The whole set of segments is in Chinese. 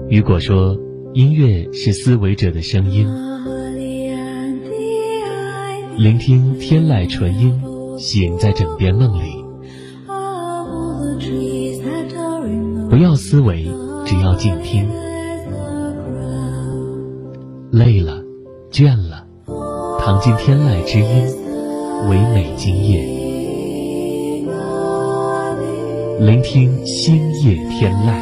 雨果说，音乐是思维者的声音，聆听天籁纯音，醒在枕边梦里。不要思维，只要静听。累了，倦了，躺进天籁之音，唯美今夜。聆听星夜天籁。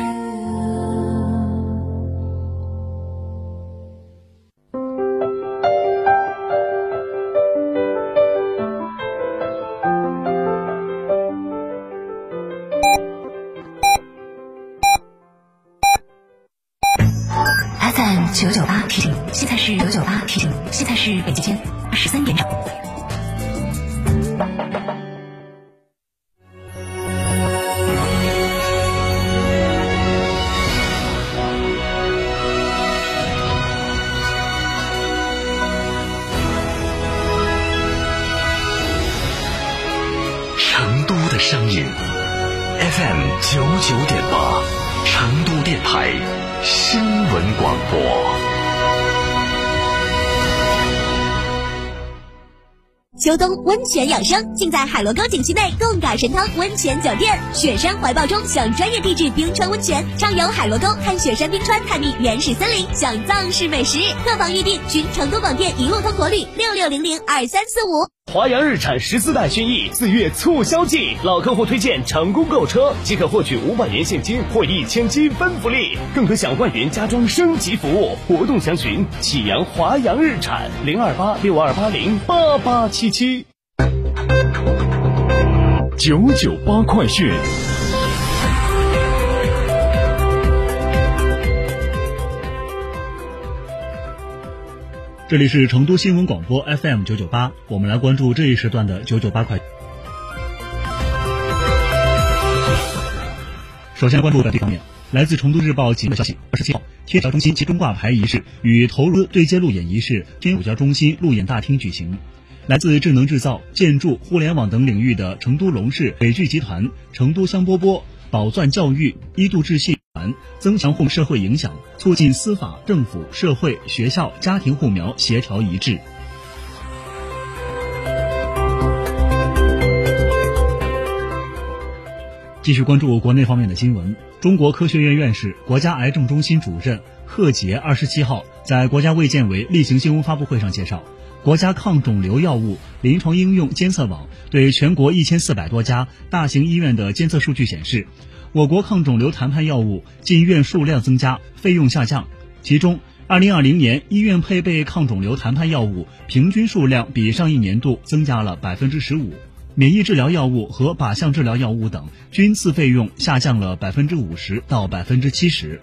FM998提醒，现在是998提醒，现在是北极间13点整。 成都的声音 FM99.8，成都电台新闻广播。 秋冬温泉养生，尽在海螺沟景区内贡嘎神汤温泉酒店。雪山怀抱中享专业地质冰川温泉，畅游海螺沟，看雪山冰川，探秘原始森林，享藏式美食。客房预订寻成都广电一路通国旅66002345。 华阳日产14代轩逸4月促销季，老客户推荐成功购车即可获取500元现金或1000积分福利，更可享万元家装升级服务。活动详询启阳华阳日产02862808877。 998快讯。 这里是成都新闻广播 FM998， 我们来关注这一时段的998快。首先关注本地方面，来自成都日报今日消息，27号，天桥中心集中挂牌仪式与投入对接路演仪式天府桥中心路演大厅举行。来自智能制造、建筑、互联网等领域的成都龙氏北聚集团、成都香饽饽、宝钻教育、一度智信增强互社会影响，促进司法、政府、社会、学校、家庭互苗协调一致。继续关注国内方面的新闻，中国科学院院士、国家癌症中心主任贺捷27号在国家卫健委例行新闻发布会上介绍，国家抗肿瘤药物临床应用监测网对全国1400多家大型医院的监测数据显示，我国抗肿瘤谈判药物进院数量增加，费用下降。其中2020年医院配备抗肿瘤谈判药物平均数量比上一年度增加了 15%， 免疫治疗药物和靶向治疗药物等均次费用下降了 50%到 70%。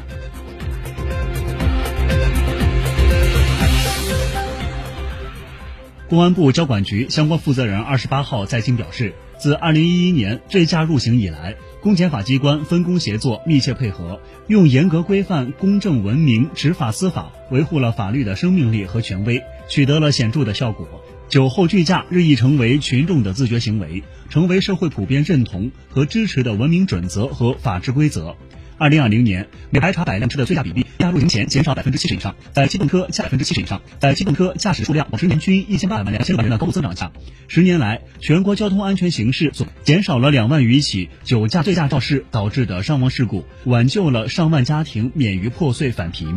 公安部交管局相关负责人28号在京表示，自2011年这架入刑以来，公检法机关分工协作，密切配合，用严格规范、公正文明执法司法，维护了法律的生命力和权威，取得了显著的效果。酒后醉驾日益成为群众的自觉行为，成为社会普遍认同和支持的文明准则和法治规则。2020年，每排查100辆车的醉驾比例压入刑前减少70%以上，在机动车驾70%以上，在机动车驾驶数量保持年均1800万2000万人的高速增长下，10年来全国交通安全刑事减少了2万余起酒驾醉驾肇事导致的伤亡事故，挽救了上万家庭免于破碎返贫。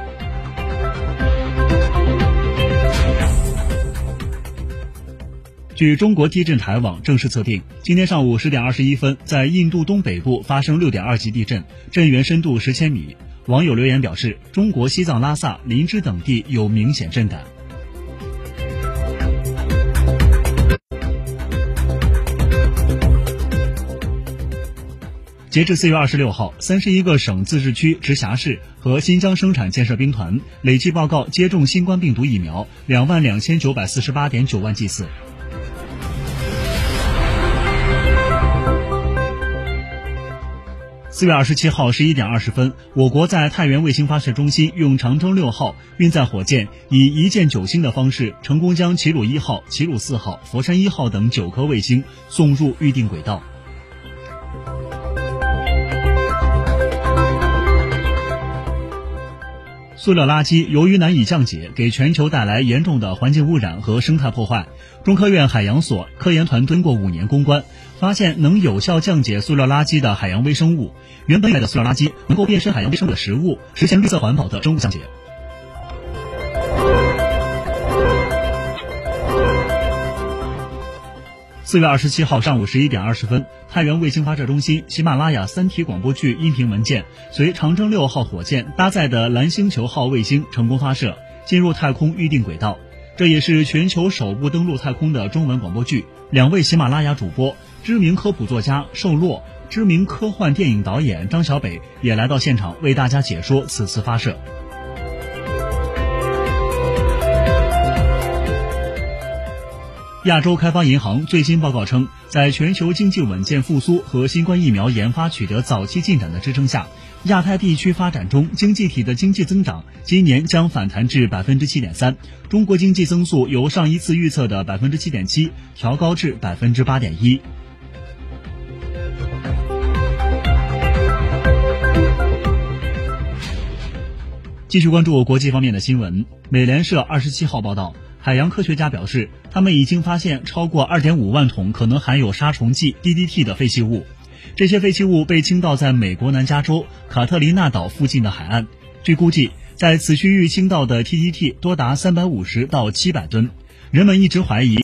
据中国地震台网正式测定，今天上午10点21分，在印度东北部发生6.2级地震，震源深度10千米。网友留言表示，中国西藏拉萨、林芝等地有明显震感。截至4月26号，31个省、自治区、直辖市和新疆生产建设兵团累计报告接种新冠病毒疫苗22948.9万剂次。4月27号11点20分，我国在太原卫星发射中心用长征6号运载火箭以1箭9星的方式，成功将齐鲁1号、齐鲁4号、佛山1号等9颗卫星送入预定轨道。 塑料垃圾由于难以降解，给全球带来严重的环境污染和生态破坏。中科院海洋所科研团队经过5年攻关，发现能有效降解塑料垃圾的海洋微生物。原本的塑料垃圾能够变身海洋微生物的食物，实现绿色环保的生物降解。4月27号上午11点20分，太原卫星发射中心喜马拉雅3体广播剧音频文件随长征6号火箭搭载的蓝星球号卫星成功发射，进入太空预定轨道。这也是全球首部登陆太空的中文广播剧。2位喜马拉雅主播、知名科普作家寿洛、知名科幻电影导演张小北也来到现场为大家解说此次发射。亚洲开发银行最新报告称，在全球经济稳健复苏和新冠疫苗研发取得早期进展的支撑下，亚太地区发展中经济体的经济增长今年将反弹至 7.3%， 中国经济增速由上一次预测的 7.7% 调高至 8.1%。继续关注国际方面的新闻。美联社27号报道，海洋科学家表示，他们已经发现超过 2.5 万桶可能含有杀虫剂 DDT 的废弃物。这些废弃物被倾倒在美国南加州卡特琳娜岛附近的海岸。据估计，在此区域倾倒的 DDT 多达350到700吨。人们一直怀疑